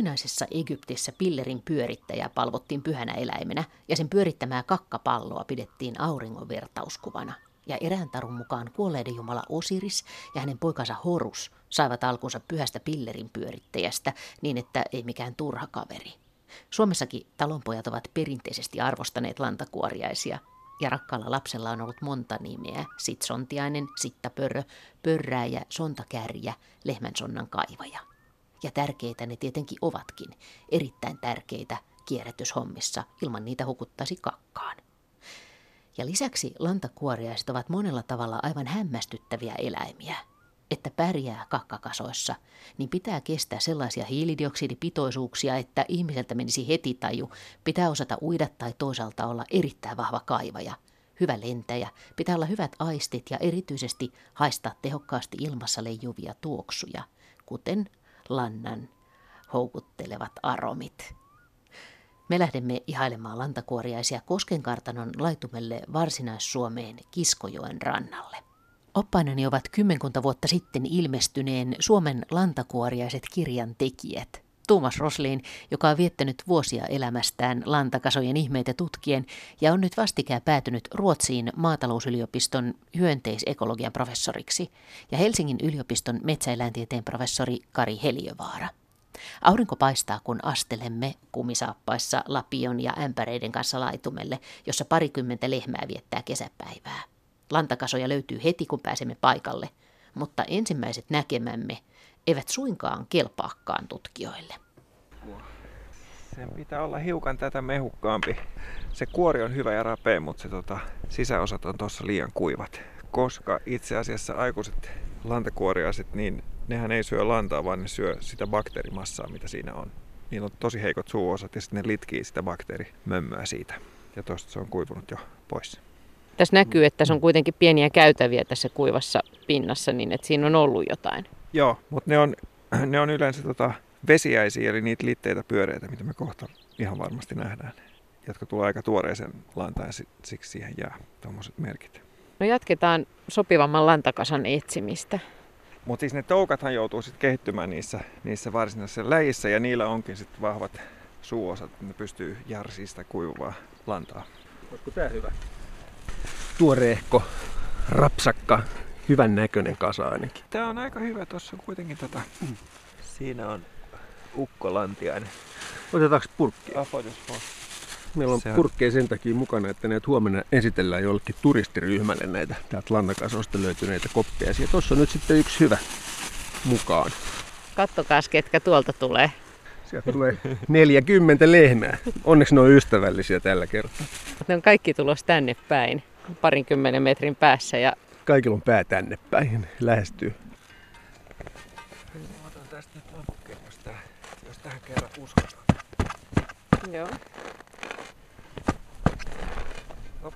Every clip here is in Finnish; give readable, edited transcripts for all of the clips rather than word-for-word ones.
muinaisessa Egyptissä pillerin pyörittäjää palvottiin pyhänä eläimenä ja sen pyörittämää kakkapalloa pidettiin auringon vertauskuvana. Ja erään tarun mukaan kuolleiden jumala Osiris ja hänen poikansa Horus saivat alkunsa pyhästä pillerin pyörittäjästä niin, että ei mikään turha kaveri. Suomessakin talonpojat ovat perinteisesti arvostaneet lantakuoriaisia ja rakkaalla lapsella on ollut monta nimeä: sitsontiainen, sittapörrö, pörrääjä, sontakärjä, lehmänsonnan kaivaja. Ja tärkeitä ne tietenkin ovatkin, erittäin tärkeitä kierrätyshommissa, ilman niitä hukuttaisi kakkaan. Ja lisäksi lantakuoriaiset ovat monella tavalla aivan hämmästyttäviä eläimiä. Että pärjää kakkakasoissa, niin pitää kestää sellaisia hiilidioksidipitoisuuksia, että ihmiseltä menisi heti taju. Pitää osata uida tai toisaalta olla erittäin vahva kaivaja, hyvä lentäjä, pitää olla hyvät aistit ja erityisesti haistaa tehokkaasti ilmassa leijuvia tuoksuja, kuten lannan houkuttelevat aromit. Me lähdemme ihailemaan lantakuoriaisia Koskenkartanon laitumelle Varsinais-Suomeen Kiskojoen rannalle. Oppainani ovat kymmenkunta vuotta sitten ilmestyneen Suomen lantakuoriaiset kirjan tekijät. Tuomas Roslin, joka on viettänyt vuosia elämästään lantakasojen ihmeitä tutkien ja on nyt vastikään päätynyt Ruotsiin maatalousyliopiston hyönteisekologian professoriksi, ja Helsingin yliopiston metsäeläintieteen professori Kari Heliövaara. Aurinko paistaa, kun astelemme kumisaappaissa lapion ja ämpäreiden kanssa laitumelle, jossa 20 lehmää viettää kesäpäivää. Lantakasoja löytyy heti, kun pääsemme paikalle, mutta ensimmäiset näkemämme eivät suinkaan kelpaakaan tutkijoille. Sen pitää olla hiukan tätä mehukkaampi. Se kuori on hyvä ja rapea, mutta se sisäosat on tuossa liian kuivat. Koska itse asiassa aikuiset lantakuoriaiset, niin nehän ei syö lantaa, vaan ne syö sitä bakteerimassaa, mitä siinä on. Niillä on tosi heikot suuosat ja sitten ne litkii sitä bakteerimömmöä siitä. Ja tuosta se on kuivunut jo pois. Tässä näkyy, että se on kuitenkin pieniä käytäviä tässä kuivassa pinnassa, niin että siinä on ollut jotain. Joo, mutta ne on yleensä vesiäisiä, eli niitä litteitä pyöreitä, mitä me kohta ihan varmasti nähdään, jotka tulee aika tuoreeseen lantaan ja siksi siihen jää tuommoiset merkit. No jatketaan sopivamman lantakasan etsimistä. Mutta siis ne toukathan joutuu sitten kehittymään niissä varsinaisissa läjissä ja niillä onkin sitten vahvat suuosat, että ne pystyy jarsimaan sitä kuivuvaa lantaa. Olisiko tää hyvä? Tuoreehko, rapsakka, hyvän näköinen kasa ainakin. Tää on aika hyvä, tuossa on kuitenkin siinä on ukkolantiainen. Otetaanko purkkia? Afoitus. Meillä on purkkeja sen takia mukana, että näitä huomenna esitellään jollekin turistiryhmälle näitä täältä lantakasosta löytyneitä koppeja. Tuossa on nyt sitten yksi hyvä mukaan. Kattokaas, ketkä tuolta tulee. Sieltä tulee 40 lehmää. Onneksi ne on ystävällisiä tällä kertaa. Ne on kaikki tulos tänne päin, 20 metrin päässä. Ja kaikilla on pää tänne päin, lähestyy. Otan tästä nyt lampukengasta, jos tähän kerran uskotaan. Joo. Ops.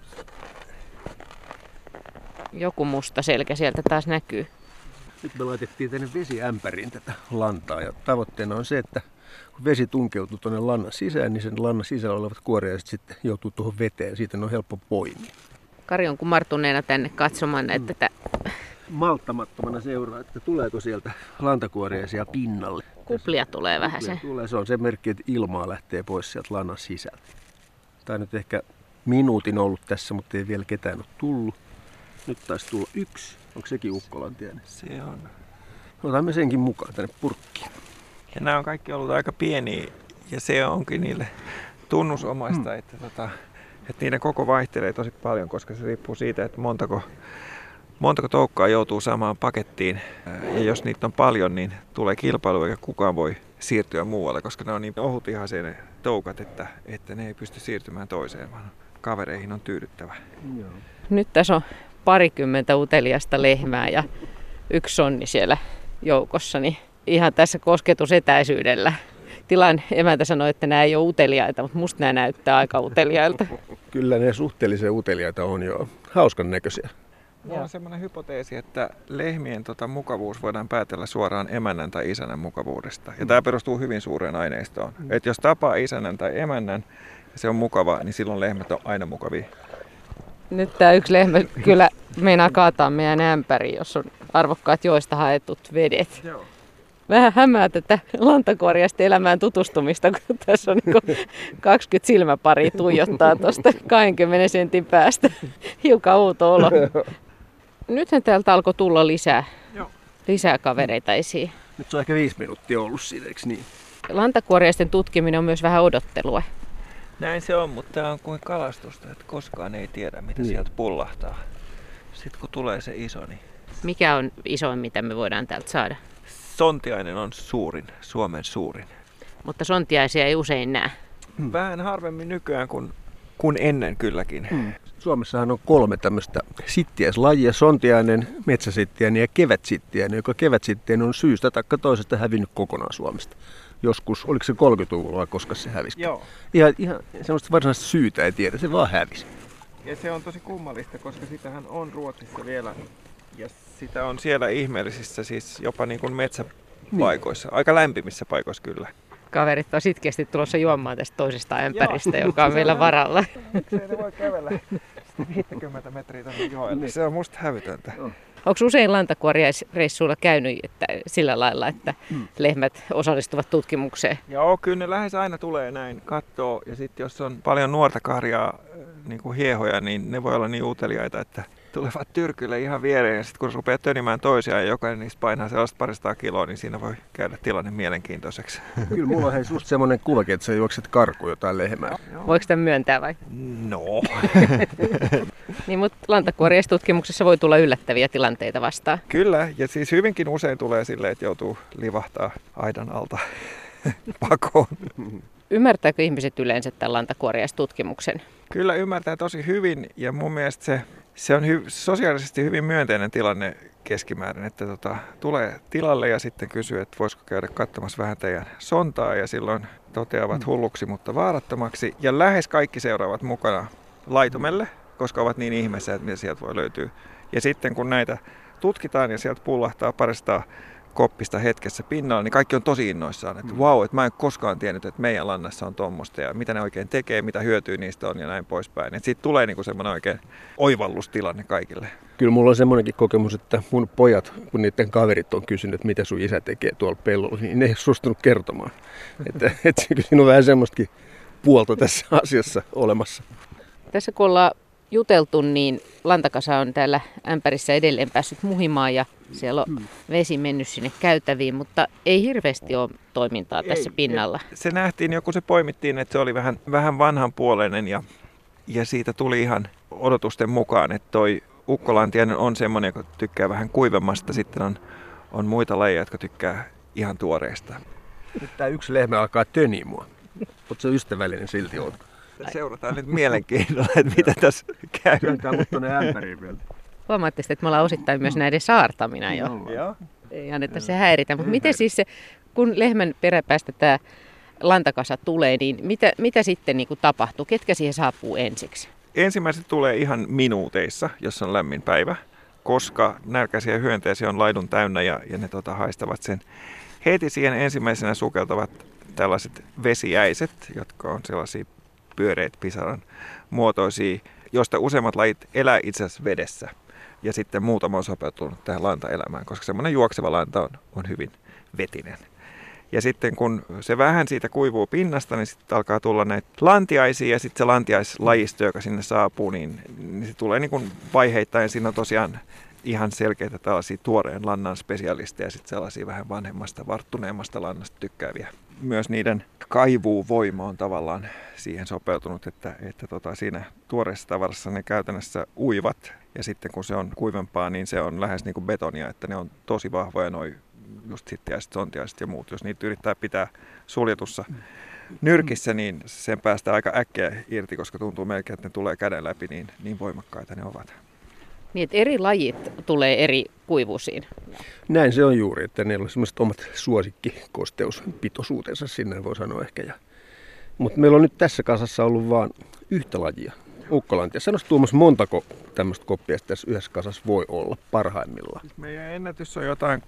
Joku musta selkä sieltä taas näkyy. Nyt me laitettiin tänne vesiämpäriin tätä lantaa ja tavoitteena on se, että kun vesi tunkeutuu tuonne lannan sisään, niin sen lannan sisällä olevat kuoriaiset sitten joutuu tuohon veteen. Siitä on helppo poimia. Kari on kumartuneena tänne katsomaan tätä. Malttamattomana seuraa, että tuleeko sieltä lantakuoriaisia pinnalle. Kuplia tulee vähän se. Tulee, se on se merkki, että ilmaa lähtee pois sieltä lannan sisältä. Tämä nyt ehkä minuutin ollut tässä, mutta ei vielä ketään ole tullut. Nyt taisi tulla yksi. Onko sekin ukkolantiainen? Se on. Otamme senkin mukaan tänne purkkiin. Ja nämä on kaikki ollut aika pieniä ja se onkin niille tunnusomaista, että niiden koko vaihtelee tosi paljon, koska se riippuu siitä, että montako toukkaa joutuu saamaan pakettiin. Ja jos niitä on paljon, niin tulee kilpailu eikä kukaan voi siirtyä muualle, koska ne on niin ohutihaisia ne toukat, että ne ei pysty siirtymään toiseen, vaan kavereihin on tyydyttävä. Joo. Nyt tässä on 20 uteliasta lehmää ja yksi sonni siellä joukossa, niin ihan tässä kosketusetäisyydellä. Tilan emäntä sanoi, että nämä ei ole uteliaita, mutta musta nämä näyttää aika uteliailta. Kyllä ne suhteellisen uteliaita on jo hauskan näköisiä. Mulla on semmoinen hypoteesi, että lehmien mukavuus voidaan päätellä suoraan emännän tai isännän mukavuudesta. Ja tämä perustuu hyvin suureen aineistoon. Että jos tapaa isännän tai emännän ja se on mukava, niin silloin lehmät on aina mukavia. Nyt tämä yksi lehmä kyllä meinaa kaataa meidän ämpäriin, jos on arvokkaat joista haetut vedet. Joo. Vähän hämää tätä lantakuoriaista elämään tutustumista, kun tässä on niin 20 silmäparia tuijottaa tuosta 20 sentin päästä. Hiukan outo olo. Nythän täältä alkoi tulla lisää kavereita esiin. Nyt se on ehkä 5 minuuttia ollut siinä, eikö niin? Lantakuoriaisten tutkiminen on myös vähän odottelua. Näin se on, mutta tämä on kuin kalastusta, että koskaan ei tiedä, mitä sieltä pullahtaa. Sitten kun tulee se iso, niin... Mikä on isoin, mitä me voidaan täältä saada? Sontiainen on suurin, Suomen suurin. Mutta sontiaisia ei usein näe. Vähän harvemmin nykyään kuin ennen kylläkin. Suomessahan on 3 tämmöistä sittiäislajia, sontiainen, metsäsittiäinen ja kevätsittiäinen, joka kevätsittiäinen on syystä tai toisesta hävinnyt kokonaan Suomesta. Joskus, oliko se 30-luvulla, koska se hävisi? Joo. Ihan semmoista varsinaista syytä ei tiedä, se vaan hävisi. Ja se on tosi kummallista, koska sitähän on Ruotsissa vielä. Ja sitä on siellä ihmeellisissä, siis jopa niin kuin metsäpaikoissa, aika lämpimissä paikoissa kyllä. Kaverit on sitkeästi tulossa juomaan tästä toisesta ämpäristä, joka on meillä varalla. Miksei ne voi kävellä 50 metriä tänne joelle? Se on musta hävytöntä. Onko usein lantakuoriaisreissuilla käynyt että sillä lailla, että lehmät osallistuvat tutkimukseen? Joo, kyllä ne lähes aina tulee näin kattoo. Ja sitten jos on paljon nuorta karjaa, niin kuin hiehoja, niin ne voi olla niin uteliaita, että tulevat tyrkylle ihan viereen. Ja sitten kun rupeaa tönimään toisiaan ja jokainen niistä painaa sellaista 200 kiloa, niin siinä voi käydä tilanne mielenkiintoiseksi. Kyllä mulla on hei susta semmoinen kuvakin, että sä juokset karkuun jotain lehmää. Voiko tämän myöntää vai? No. Niin, mutta lantakuoriaistutkimuksessa voi tulla yllättäviä tilanteita vastaan. Kyllä, ja siis hyvinkin usein tulee silleen, että joutuu livahtaa aidan alta pakoon. Ymmärtääkö ihmiset yleensä tämän lantakuoriaistutkimuksen? Kyllä ymmärtää tosi hyvin, ja mun mielestä se on sosiaalisesti hyvin myönteinen tilanne keskimäärin, että tulee tilalle ja sitten kysyy, että voisiko käydä katsomassa vähän teidän sontaa, ja silloin toteavat hulluksi, mutta vaarattomaksi. Ja lähes kaikki seuraavat mukana laitumelle, koska ovat niin ihmeessä, että mitä sieltä voi löytyä. Ja sitten kun näitä tutkitaan ja sieltä pullahtaa parista koppista hetkessä pinnalla, niin kaikki on tosi innoissaan, että vau, että mä en koskaan tiennyt, että meidän lannassa on tommoista ja mitä ne oikein tekee, mitä hyötyä niistä on ja näin poispäin. Että siitä tulee niinku semmoinen oikein oivallustilanne kaikille. Kyllä mulla on semmoinenkin kokemus, että mun pojat, kun niiden kaverit on kysynyt, että mitä sun isä tekee tuolla pellolla, niin ne ei suostunut kertomaan. Että siinä on vähän semmoistakin puolta tässä asiassa olemassa. Tässä kun ollaan juteltu, niin lantakasa on täällä ämpärissä edelleen päässyt muhimaan ja siellä on vesi mennyt sinne käytäviin, mutta ei hirveästi ole toimintaa tässä pinnalla. Se nähtiin jo, kun se poimittiin, että se oli vähän vanhanpuoleinen ja siitä tuli ihan odotusten mukaan, että toi ukkolantiainen on semmoinen, joka tykkää vähän kuivemmasta, sitten on muita lajeja, jotka tykkää ihan tuoreesta. Nyt tää yksi lehmä alkaa töniä mua. Oot sä ystävällinen silti oot? Seurataan nyt mielenkiinnolla, että mitä tässä käy. Työntää mut tonne ämpäriin vielä. Huomaatte, että me ollaan osittain myös näiden saartamina jo. Joo. Ei anneta se häiritä. Mutta miten siis se, kun lehmän peräpäästä tämä lantakasa tulee, niin mitä sitten niin kuin tapahtuu? Ketkä siihen saapuu ensiksi? Ensimmäiset tulee ihan minuuteissa, jos on lämmin päivä, koska nälkäisiä hyönteisiä on laidun täynnä ja ne haistavat sen. Heti siihen ensimmäisenä sukeltavat tällaiset vesiäiset, jotka on sellaisia pyöreitä pisaran muotoisia, joista useimmat lajit elää itse asiassa vedessä. Ja sitten muutama on sopeutunut tähän lantaelämään, koska semmoinen juokseva lanta on hyvin vetinen. Ja sitten kun se vähän siitä kuivuu pinnasta, niin sitten alkaa tulla näitä lantiaisia ja sitten se lantiaislajisto, joka sinne saapuu, niin se tulee niin kuin vaiheittain. Siinä on tosiaan ihan selkeitä tällaisia tuoreen lannan spesialisteja ja sitten sellaisia vähän vanhemmasta, varttuneemmasta lannasta tykkääviä. Myös niiden kaivuuvoima on tavallaan siihen sopeutunut, että siinä tuoreessa tavarassa ne käytännössä uivat. Ja sitten kun se on kuivempaa, niin se on lähes niin kuin betonia, että ne on tosi vahvoja noi just sittiäiset, sontiaiset ja muut. Jos niitä yrittää pitää suljetussa nyrkissä, niin sen päästään aika äkkiä irti, koska tuntuu melkein, että ne tulee käden läpi, niin voimakkaita ne ovat. Niin, että eri lajit tulee eri kuivuusiin. Näin se on juuri, että niillä on sellaiset omat suosikkikosteuspitoisuutensa, sinne voi sanoa ehkä. Mutta meillä on nyt tässä kasassa ollut vain yhtä lajia, ukkolantia. Sanois Tuomas, montako tämmöistä koppia tässä yhdessä kasassa voi olla parhaimmillaan? Meidän ennätys on jotain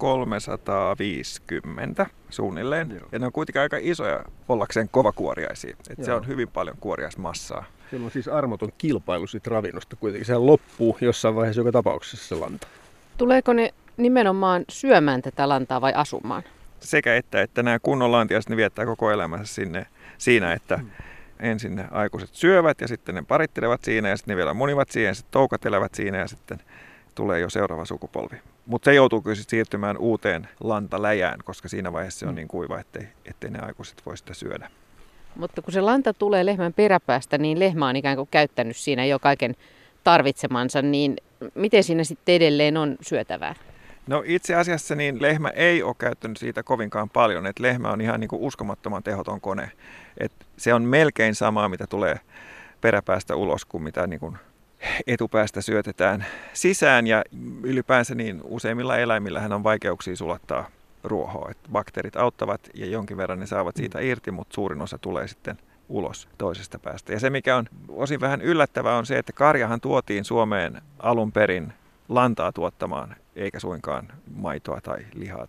350 suunnilleen. Joo. Ja ne on kuitenkin aika isoja ollakseen kovakuoriaisia. Se on hyvin paljon kuoriaismassaa. Siellä on siis armoton kilpailu siitä ravinnosta kuitenkin. Sehän loppuu jossain vaiheessa joka tapauksessa se lanta. Tuleeko ne nimenomaan syömään tätä lantaa vai asumaan? sekä että nämä kunnon lantiaiset, ne viettää koko elämänsä siinä, että ensin ne aikuiset syövät ja sitten ne parittelevat siinä ja sitten ne vielä munivat siihen ja sitten toukatelevat siinä ja sitten tulee jo seuraava sukupolvi. Mutta se joutuu kyllä siirtymään uuteen lantaläjään, koska siinä vaiheessa se on niin kuiva, ettei ne aikuiset voi sitä syödä. Mutta kun se lanta tulee lehmän peräpäästä, niin lehmä on ikään kuin käyttänyt siinä jo kaiken tarvitsemansa, niin miten siinä sitten edelleen on syötävää? No itse asiassa niin lehmä ei ole käyttänyt siitä kovinkaan paljon, että lehmä on ihan niin kuin uskomattoman tehoton kone. Et se on melkein samaa, mitä tulee peräpäästä ulos kuin mitä niin kuin etupäästä syötetään sisään ja ylipäänsä niin useimmilla eläimillähän on vaikeuksia sulattaa ruohoa. Et bakteerit auttavat ja jonkin verran ne saavat siitä irti, mutta suurin osa tulee sitten ulos toisesta päästä. Ja se mikä on osin vähän yllättävää on se, että karjahan tuotiin Suomeen alun perin lantaa tuottamaan, eikä suinkaan maitoa tai lihaa.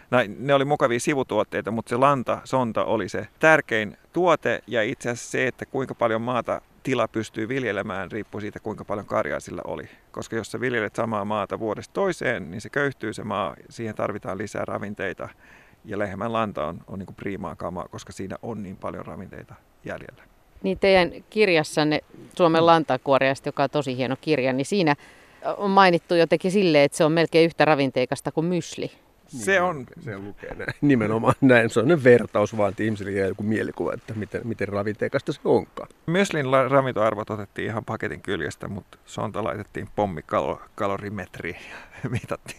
Ne oli mukavia sivutuotteita, mutta se sonta oli se tärkein tuote ja itse asiassa se, että kuinka paljon maata tila pystyy viljelemään, riippuu siitä, kuinka paljon karjaa sillä oli. Koska jos sä viljelet samaa maata vuodesta toiseen, niin se köyhtyy se maa, siihen tarvitaan lisää ravinteita. Ja lehmän lanta on niin kuin priimaa kamaa, koska siinä on niin paljon ravinteita jäljellä. Niin teidän kirjassanne Suomen lantakuoriaista, joka on tosi hieno kirja, niin siinä on mainittu jotenkin silleen, että se on melkein yhtä ravinteikasta kuin mysli. Se lukee näin. Nimenomaan näin. Se on ne vertaus vaan, että ihmisille jää joku mielikuva, että miten ravinteikasta se onkaan. Myslin ravintoarvot otettiin ihan paketin kyljestä, mutta sonta laitettiin pommikalorimetriin ja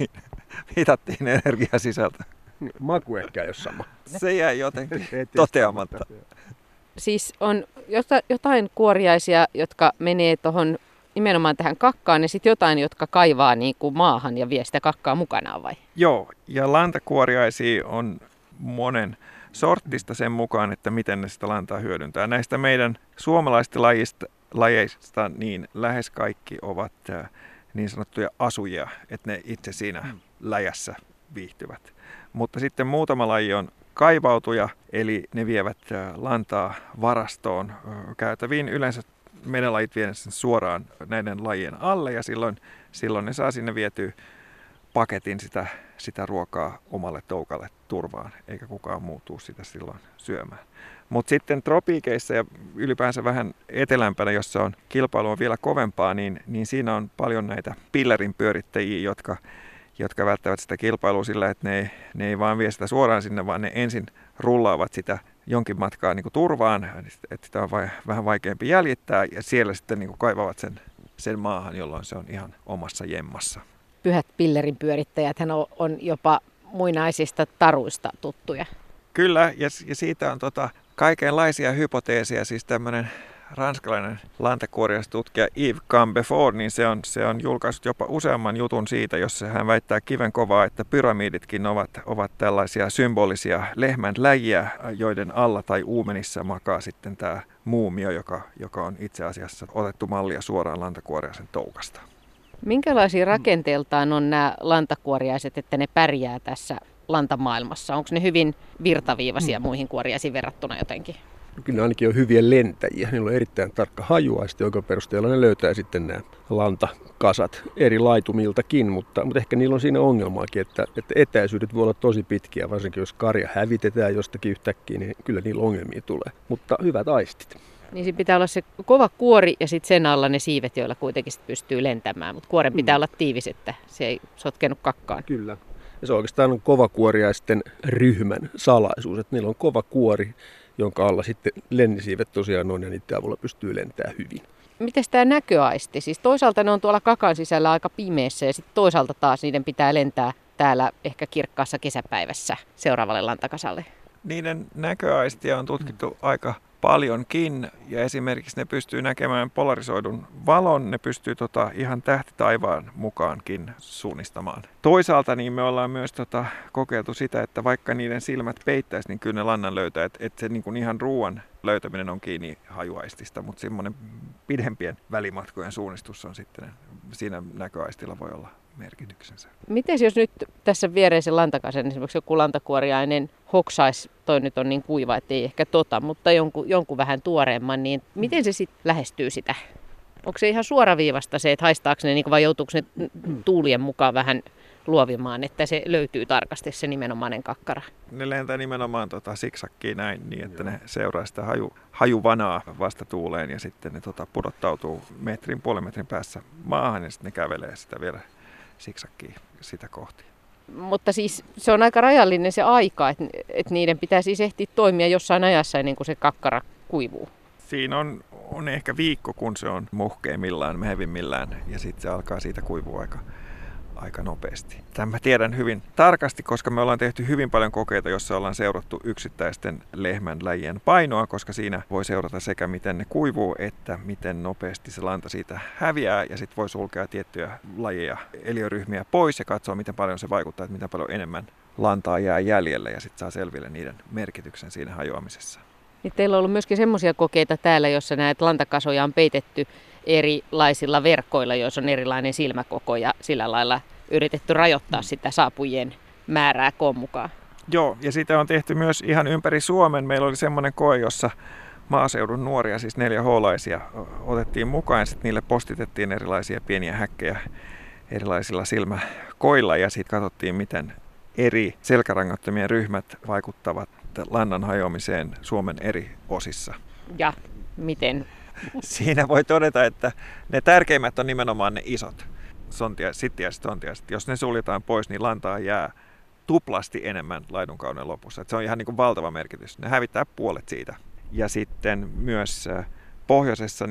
mitattiin energiasisältö. Maku ehkä ei ole sama. Se jäi jotenkin toteamatta. Siis on jotain kuoriaisia, jotka menee tuohon nimenomaan tähän kakkaan ja sitten jotain, jotka kaivaa niin kuin maahan ja vie sitä kakkaa mukanaan vai? Joo, ja lantakuoriaisia on monen sorttista sen mukaan, että miten ne sitä lantaa hyödyntää. Näistä meidän suomalaisista lajeista niin lähes kaikki ovat niin sanottuja asujia, että ne itse siinä läjässä viihtyvät. Mutta sitten muutama laji on kaivautuja, eli ne vievät lantaa varastoon käytäviin. Yleensä meidän lajit vievät sen suoraan näiden lajien alle ja silloin ne saa sinne vietyä paketin sitä ruokaa omalle toukalle turvaan, eikä kukaan muu tuu sitä silloin syömään. Mutta sitten tropiikeissa ja ylipäänsä vähän etelämpänä, jossa on kilpailu on vielä kovempaa, niin siinä on paljon näitä pillerin pyörittäjiä, jotka välttävät sitä kilpailua sillä, että ne ei vaan vie sitä suoraan sinne, vaan ne ensin rullaavat sitä jonkin matkaa niin kuin turvaan, että sitä on vähän vaikeampi jäljittää ja siellä sitten niin kuin kaivavat sen maahan, jolloin se on ihan omassa jemmassa. Pyhät pillerin pyörittäjäthän on jopa muinaisista taruista tuttuja. Kyllä, ja siitä on kaikenlaisia hypoteeseja, siis tämmöinen ranskalainen lantakuoriaistutkija Yves Cambefort, niin se on julkaissut jopa useamman jutun siitä, jossa hän väittää kivenkovaa, että pyramiditkin ovat tällaisia symbolisia lehmän läjiä, joiden alla tai uumenissa makaa sitten tämä muumio, joka on itse asiassa otettu mallia suoraan lantakuoriaisen toukasta. Minkälaisia rakenteeltaan on nämä lantakuoriaiset, että ne pärjää tässä lantamaailmassa? Onko ne hyvin virtaviivaisia muihin kuoriaisiin verrattuna jotenkin? Kyllä ne ainakin on hyviä lentäjiä. Niillä on erittäin tarkka hajuaisti, jonka perusteella ne löytää sitten nämä lantakasat eri laitumiltakin, mutta ehkä niillä on siinä ongelmaakin, että etäisyydet voi olla tosi pitkiä, varsinkin jos karja hävitetään jostakin yhtäkkiä, niin kyllä niillä ongelmia tulee, mutta hyvät aistit. Niin siinä pitää olla se kova kuori ja sitten sen alla ne siivet, joilla kuitenkin sit pystyy lentämään, mutta kuoren pitää olla tiivis, että se ei sotkenut kakkaan. Kyllä. Ja se oikeastaan on kovakuoriaisten ryhmän salaisuus, että niillä on kova kuori, jonka alla sitten lennisiivet tosiaan on ja niiden avulla pystyy lentämään hyvin. Miten tämä näköaisti? Siis toisaalta ne on tuolla kakan sisällä aika pimeässä ja sitten toisaalta taas niiden pitää lentää täällä ehkä kirkkaassa kesäpäivässä seuraavalle lantakasalle. Niiden näköaistia on tutkittu aika paljonkin ja esimerkiksi ne pystyy näkemään polarisoidun valon, ne pystyy ihan tähtitaivaan mukaankin suunnistamaan. Toisaalta niin me ollaan myös kokeiltu sitä, että vaikka niiden silmät peittäisi, niin kyllä ne lannan löytää, että se niin kuin ihan ruoan löytäminen on kiinni hajuaistista, mutta semmoinen pidempien välimatkojen suunnistus on sitten, siinä näköaistilla voi olla merkityksensä. Miten jos nyt tässä viereisen lantakasen esimerkiksi joku lantakuoriainen hoksaisi, toi nyt on niin kuiva, ettei ehkä mutta jonkun vähän tuoreemman, niin miten se sitten lähestyy sitä? Onko se ihan suoraviivasta se, että haistaako ne vai joutuuko ne tuulien mukaan vähän luovimaan, että se löytyy tarkasti se nimenomainen kakkara? Ne lentää nimenomaan siksakkiin näin, niin että ne seuraa sitä hajuvanaa vastatuuleen ja sitten ne pudottautuu puolen metrin päässä maahan ja sitten ne kävelee sitä vielä siksakkiin sitä kohti. Mutta siis se on aika rajallinen se aika, että niiden pitää siis ehtiä toimia jossain ajassa ennen kuin se kakkara kuivuu. Siinä on ehkä viikko, kun se on muhkeimmillaan, mehevimmillään ja sitten se alkaa siitä kuivua aika nopeasti. Tämän mä tiedän hyvin tarkasti, koska me ollaan tehty hyvin paljon kokeita, joissa ollaan seurattu yksittäisten lehmän lajien painoa, koska siinä voi seurata sekä miten ne kuivuu, että miten nopeasti se lanta siitä häviää ja sitten voi sulkea tiettyjä lajeja, eliöryhmiä pois ja katsoa, miten paljon se vaikuttaa, että miten paljon enemmän lantaa jää jäljelle ja sitten saa selville niiden merkityksen siinä hajoamisessa. Niin teillä on ollut myöskin semmoisia kokeita täällä, jossa näitä lantakasoja on peitetty erilaisilla verkoilla, joissa on erilainen silmäkoko ja sillä lailla yritetty rajoittaa sitä saapujien määrää koon mukaan. Joo, ja sitä on tehty myös ihan ympäri Suomen. Meillä oli semmoinen koe, jossa maaseudun nuoria, siis 4H-laisia, otettiin mukaan ja sitten niille postitettiin erilaisia pieniä häkkejä erilaisilla silmäkoilla ja sitten katsottiin, miten eri selkärangattomien ryhmät vaikuttavat lannan hajoamiseen Suomen eri osissa. Ja miten? Siinä voi todeta, että ne tärkeimmät on nimenomaan ne isot sittiäiset, sontiaiset. Jos ne suljetaan pois, niin lantaa jää tuplasti enemmän laidunkauden lopussa. Se on ihan niin kuin valtava merkitys. Ne hävittää puolet siitä. Ja sitten myös pohjoisessa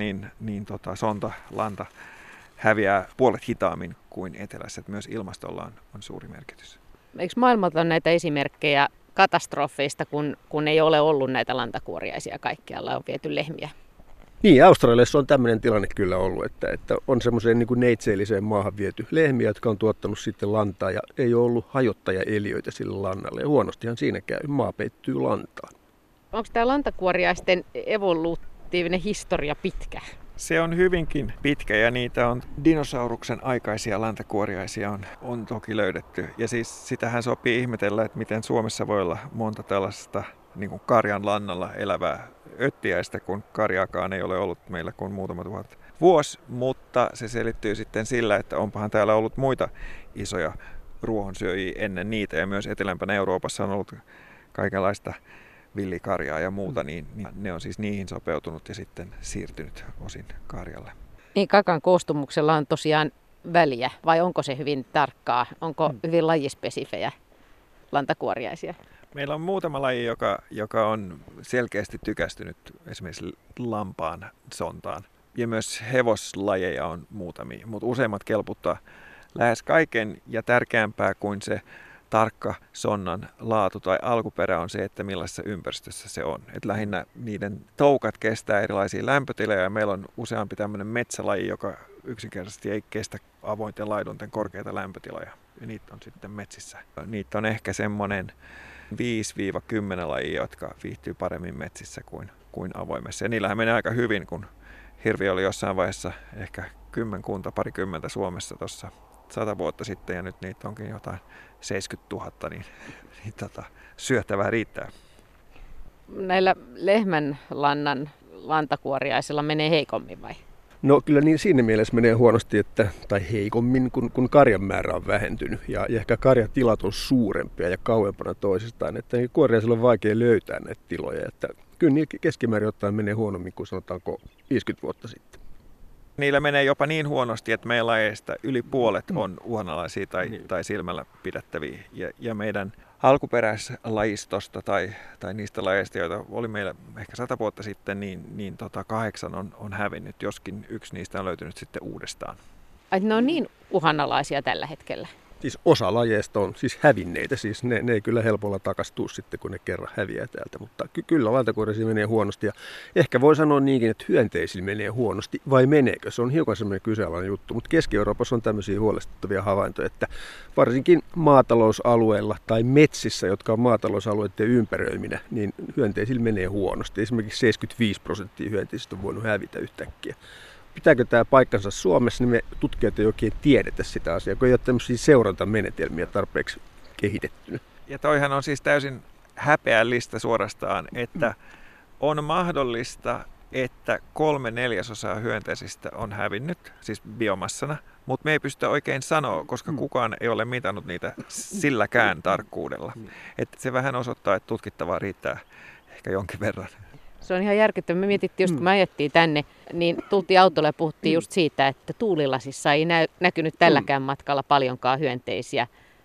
lanta häviää puolet hitaammin kuin etelässä. Myös ilmastolla on suuri merkitys. Eikö maailmalta ole näitä esimerkkejä katastrofeista, kun ei ole ollut näitä lantakuoriaisia kaikkialla, on viety lehmiä? Niin, Australiassa on tämmöinen tilanne kyllä ollut, että on semmoiseen niin kuin neitseelliseen maahan viety lehmiä, jotka on tuottanut sitten lantaa ja ei ole ollut hajottajaeliöitä sillä lannalle. Ja huonostihan siinä käy, maa peittyy lantaan. Onko tämä lantakuoriaisten evoluutiivinen historia pitkä? Se on hyvinkin pitkä ja niitä on dinosauruksen aikaisia lantakuoriaisia on toki löydetty. Ja siis sitähän sopii ihmetellä, että miten Suomessa voi olla monta tällaista niin kuin karjan lannalla elävää öttiäistä, kun karjaakaan ei ole ollut meillä kuin muutama tuhat vuosi. Mutta se selittyy sitten sillä, että onpahan täällä ollut muita isoja ruohonsyöjiä ennen niitä ja myös etelämpänä Euroopassa on ollut kaikenlaista villikarjaa ja muuta, niin ne on siis niihin sopeutunut ja sitten siirtynyt osin karjalle. Niin, kakan koostumuksella on tosiaan väliä, vai onko se hyvin tarkkaa? Onko hyvin lajispesifejä lantakuoriaisia? Meillä on muutama laji, joka on selkeästi tykästynyt esimerkiksi lampaan sontaan. Ja myös hevoslajeja on muutamia, mutta useimmat kelputtaa lähes kaiken ja tärkeämpää kuin se tarkka sonnan laatu tai alkuperä on se, että millaisessa ympäristössä se on. Et lähinnä niiden toukat kestää erilaisia lämpötiloja ja meillä on useampi tämmöinen metsälaji, joka yksinkertaisesti ei kestä avointen laidunten korkeita lämpötiloja. Ja niitä on sitten metsissä. Niitä on ehkä semmoinen 5-10 lajia, jotka viihtyy paremmin metsissä kuin avoimessa. Ja niillähän menee aika hyvin, kun hirvi oli jossain vaiheessa ehkä parikymmentä Suomessa tuossa 100 vuotta sitten ja nyt niitä onkin jotain 70 000, niin syötävää riittää. Näillä lehmän lantakuoriaisilla menee heikommin vai? No kyllä niin siinä mielessä menee huonosti, tai heikommin, kun karjan määrä on vähentynyt ja ehkä karjatilat on suurempia ja kauempana toisistaan, että kuoriaisilla on vaikea löytää näitä tiloja, että kyllä niin keskimäärin ottaen menee huonommin kuin sanotaanko 50 vuotta sitten. Niillä menee jopa niin huonosti, että meidän lajeista yli puolet on uhanalaisia tai silmällä pidättäviä. Ja meidän alkuperäislajistosta tai niistä lajeista, joita oli meillä ehkä 100 vuotta sitten, niin 8 on hävinnyt, joskin yksi niistä on löytynyt sitten uudestaan. Ai, ne on niin uhanalaisia tällä hetkellä? Siis osa lajeista on siis hävinneitä, siis ne ei kyllä helpolla takastuu sitten, kun ne kerran häviää täältä, mutta kyllä lantakuoriaisia menee huonosti ja ehkä voi sanoa niinkin, että hyönteisillä menee huonosti, vai meneekö? Se on hiukan semmoinen kyseenalainen juttu, mutta Keski-Euroopassa on tämmöisiä huolestuttavia havaintoja, että varsinkin maatalousalueilla tai metsissä, jotka on maatalousalueiden ympäröiminä, niin hyönteisillä menee huonosti. Esimerkiksi 75% hyönteisistä on voinut hävitä yhtäkkiä. Pitääkö tämä paikkansa Suomessa, niin me tutkijat ei oikein tiedetä sitä asiaa, kun ei ole tämmöisiä seurantamenetelmiä tarpeeksi kehitettynyt. Ja toihan on siis täysin häpeällistä suorastaan, että on mahdollista, että 3/4 hyönteisistä on hävinnyt, siis biomassana, mutta me ei pystytä oikein sanoa, koska kukaan ei ole mitannut niitä silläkään tarkkuudella. Että se vähän osoittaa, että tutkittavaa riittää ehkä jonkin verran. Se on ihan järkyttävää. Me mietittiin just, kun me ajettiin tänne, niin tultiin autolle ja puhuttiin just siitä, että tuulilasissa ei näkynyt tälläkään matkalla paljonkaan hyönteisiä,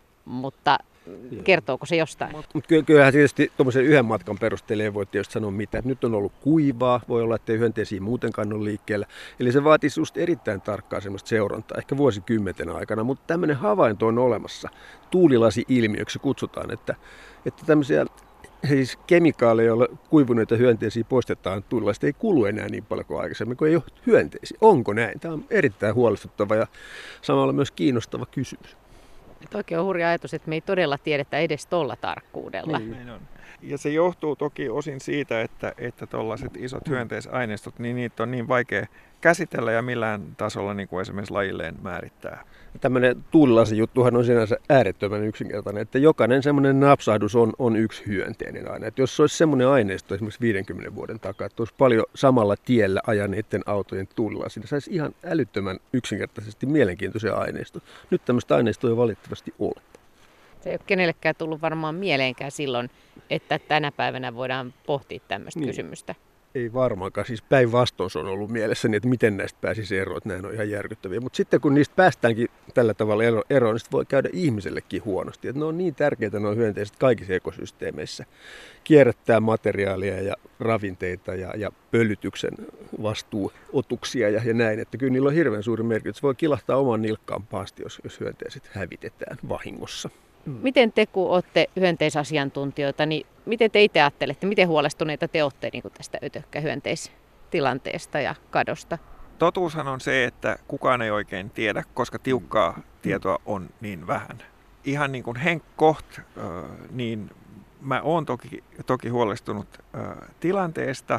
mutta kertooko se jostain? Mutta kyllähän tietysti tuommoisen yhden matkan perusteella ei voi tietysti sanoa mitään. Nyt on ollut kuivaa, voi olla, että ei hyönteisiä muutenkaan ole liikkeellä. Eli se vaatisi just erittäin tarkkaa semmoista seurantaa, ehkä vuosikymmenten aikana, mutta tämmöinen havainto on olemassa. Tuulilasi-ilmiöksi kutsutaan, että tämmöisiä siis kemikaaleja, joilla kuivuneita hyönteisiä poistetaan tuulilasista, ei kulu enää niin paljon kuin aikaisemmin, kun ei ole hyönteisiä. Onko näin? Tämä on erittäin huolestuttava ja samalla myös kiinnostava kysymys. Oikein on hurja ajatus, että me ei todella tiedetä edes tuolla tarkkuudella. Näin on. Ja se johtuu toki osin siitä, että tuollaiset isot hyönteisaineistot, niin niitä on niin vaikea käsitellä ja millään tasolla niin kuin esimerkiksi lajilleen määrittää. Tämmöinen tuulilasijuttuhan on sinänsä äärettömän yksinkertainen, että jokainen semmoinen napsahdus on yksi hyönteinen aine. Että jos se olisi semmoinen aineisto esimerkiksi 50 vuoden takaa, että olisi paljon samalla tiellä ajaneiden autojen tuulilasi, niin saisi ihan älyttömän yksinkertaisesti mielenkiintoisia aineistoja. Nyt tämmöistä aineistoa ei valitettavasti ole. Se ei ole kenellekään tullut varmaan mieleenkään silloin, että tänä päivänä voidaan pohtia tämmöistä kysymystä. Ei varmaankaan, siis päinvastoin se on ollut mielessäni, että miten näistä pääsisi eroon, että nämä on ihan järkyttäviä. Mutta sitten kun niistä päästäänkin tällä tavalla eroon, niin sitten voi käydä ihmisellekin huonosti. Että ne on niin tärkeitä nuo hyönteiset kaikissa ekosysteemeissä. Kierrättää materiaalia ja ravinteita ja pölytyksen vastuuotuksia ja näin. Että kyllä niillä on hirveän suuri merkitys. Voi kilahtaa oman nilkkaan pahasti, jos hyönteiset hävitetään vahingossa. Miten te, kun olette hyönteisasiantuntijoita, niin miten te itse ajattelette, miten huolestuneita te olette niin kuin tästä ötökkähyönteistilanteesta ja kadosta? Totuushan on se, että kukaan ei oikein tiedä, koska tiukkaa tietoa on niin vähän. Ihan niin kuin Henk Koht, niin mä oon toki huolestunut tilanteesta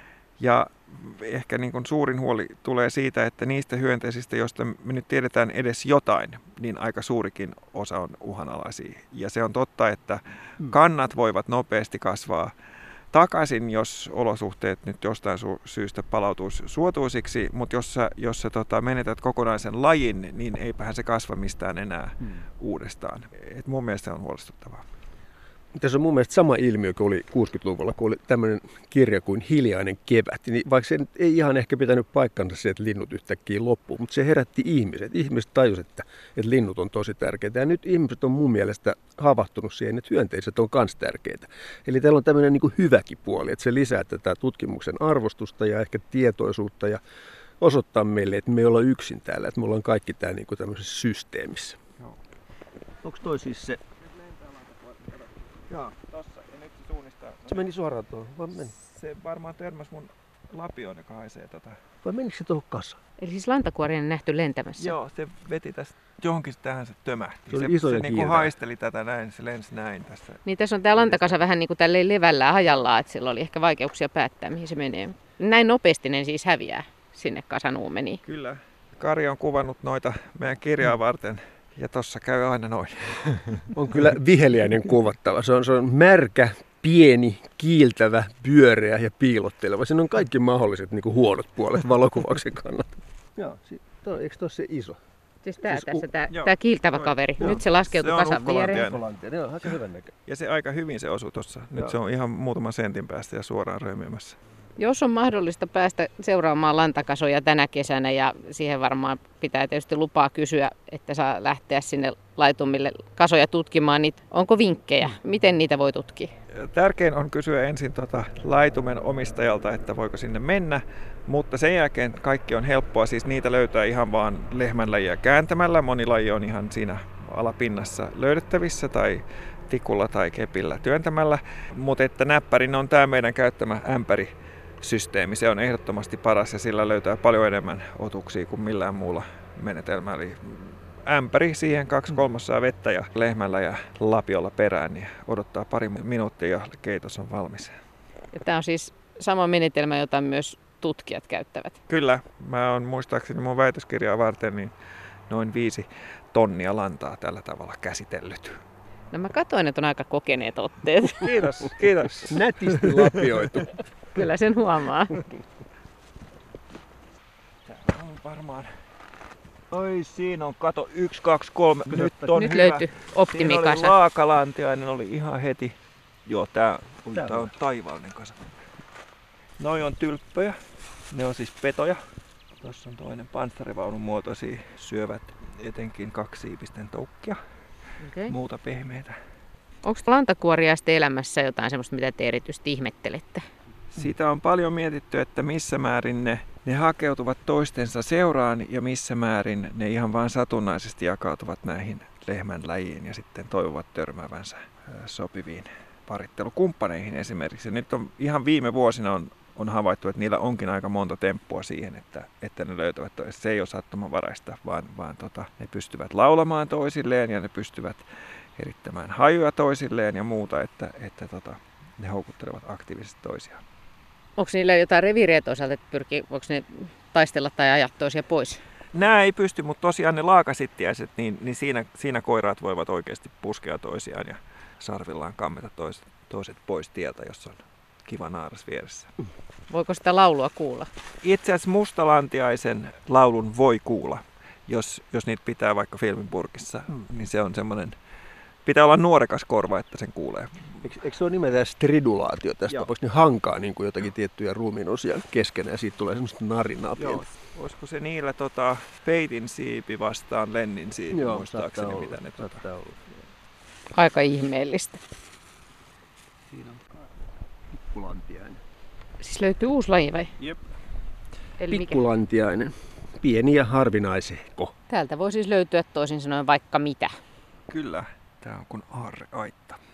ja ehkä niin kuin suurin huoli tulee siitä, että niistä hyönteisistä, joista me nyt tiedetään edes jotain, niin aika suurikin osa on uhanalaisia. Ja se on totta, että kannat voivat nopeasti kasvaa takaisin, jos olosuhteet nyt jostain syystä palautuisi suotuisiksi, mutta jos sä menetät kokonaisen lajin, niin eipähän se kasva mistään enää uudestaan. Et mun mielestä se on huolestuttavaa. Tässä on mun mielestä sama ilmiö kuin oli 60-luvulla, kun oli tämmöinen kirja kuin Hiljainen kevät. Niin vaikka se ei ihan ehkä pitänyt paikkansa se, että linnut yhtäkkiä loppuu, mutta se herätti ihmiset. Ihmiset tajusivat, että linnut on tosi tärkeitä. Ja nyt ihmiset on mun mielestä havahtunut siihen, että hyönteiset on myös tärkeitä. Eli täällä on tämmöinen niin kuin hyväkin puoli, että se lisää tätä tutkimuksen arvostusta ja ehkä tietoisuutta ja osoittaa meille, että me ei olla yksin täällä, että me ollaan kaikki täällä niin kuin tämmöisessä systeemissä. Onko toi siis se? Joo, tossa. Ja nyt se suunnistaa. Se meni suoraan tuohon, vai meni? Se varmaan törmäsi mun lapioon, joka haisee Vai menikö se tuohon kasaan? Eli siis lantakuorinen nähty lentämässä? Joo, se veti tästä johonkin tähän se tömähti. Se oli iso ja niin kuin haisteli tätä näin, se lensi näin tässä. Niin tässä on tää lantakasa vähän niin kuin tälleen levällään hajallaan, että sillä oli ehkä vaikeuksia päättää, mihin se menee. Näin nopeasti ne siis häviää sinne kasan uumeniin. Kyllä. Kari on kuvannut noita meidän kirjaa varten. Ja tossa käy aina noin. On kyllä viheliäinen kuvattava. Se on märkä, pieni, kiiltävä, pyöreä ja piilotteleva. Siinä on kaikki mahdolliset niin kuin huonot puolet valokuvauksen kannalta. Joo, eikö tuossa se iso? Siis tää kiiltävä kaveri. Joo. Nyt se laskeutui kasan viereen. Joo, aika hyvän näköinen. Ja se aika hyvin se osui tuossa. Nyt Joo. se on ihan muutaman sentin päästä ja suoraan röömiömässä. Jos on mahdollista päästä seuraamaan lantakasoja tänä kesänä ja siihen varmaan pitää tietysti lupaa kysyä, että saa lähteä sinne laitumille kasoja tutkimaan, niin onko vinkkejä? Miten niitä voi tutkia? Tärkein on kysyä ensin laitumen omistajalta, että voiko sinne mennä, mutta sen jälkeen kaikki on helppoa, siis niitä löytää ihan vaan lehmänlajia kääntämällä. Moni laji on ihan siinä alapinnassa löydettävissä tai tikulla tai kepillä työntämällä, mutta että näppärin on tämä meidän käyttämä ämpärisysteemi. Se on ehdottomasti paras ja sillä löytää paljon enemmän otuksia kuin millään muulla menetelmällä. Eli ämpäri siihen 2/3 vettä ja lehmällä ja lapiolla perään, niin odottaa pari minuuttia ja keitos on valmis. Ja tämä on siis sama menetelmä, jota myös tutkijat käyttävät. Kyllä, mä oon muistaakseni mun väitöskirjaa varten niin noin 5 tonnia lantaa tällä tavalla käsitellyt. No mä katsoin, että on aika kokeneet otteet. Kiitos, kiitos. Nätisti lapioitu. Kyllä sen huomaa. Täällä on varmaan Oi, siinä on, kato, 1, 2, 3. Nyt on Nyt hyvä. löytyi Siinä oli optimikasa. laakalantiainen, oli ihan heti. Joo, tää on taivaallinen kasa. Noi on tylppöjä. Ne on siis petoja. Tuossa on toinen panssarivaunun muotoisia, syövät etenkin kaksisiipisten toukkia. Okay. Muuta pehmeitä. Onko lantakuoriaisten elämässä jotain sellaista, mitä te erityisesti ihmettelette? Siitä on paljon mietitty, että missä määrin ne hakeutuvat toistensa seuraan ja missä määrin ne ihan vain satunnaisesti jakautuvat näihin lehmän läjiin ja sitten toivovat törmäävänsä sopiviin parittelukumppaneihin esimerkiksi. Ja nyt on ihan viime vuosina on havaittu, että niillä onkin aika monta temppua siihen, että ne löytävät toisensa. Se ei ole sattumanvaraista, vaan ne pystyvät laulamaan toisilleen ja ne pystyvät erittämään hajuja toisilleen ja muuta, että ne houkuttelevat aktiivisesti toisiaan. Onko niillä jotain reviiriä toisaalta, että voiko ne taistella tai ajaa toisia pois? Nämä ei pysty, mutta tosiaan ne laakasittiäiset, niin siinä koiraat voivat oikeasti puskea toisiaan ja sarvillaan kammeta toiset pois tieltä, jos on kiva naaras vieressä. Voiko sitä laulua kuulla? Itse asiassa mustalantiaisen laulun voi kuulla, jos niitä pitää vaikka filminpurkissa, niin se on semmoinen, pitää olla nuorekas korva, että sen kuulee. Eikö se ole nimeltään stridulaatio tästä? Voiko ne hankaa niin kuin jotakin tiettyjä ruumiinosia keskenään ja siitä tulee semmoista narinaa pientä? Olisiko se niillä peitin siipi vastaan lennin siipi, muistaakseni mitä ne Aika ihmeellistä. Siinä on pikkulantiainen. Siis löytyy uusi laji vai? Jep. Eli Pikkulantiainen. Pieni ja harvinaisehko. Täältä voi siis löytyä toisin sanoen vaikka mitä. Kyllä, tämä on kuin aarreaitta.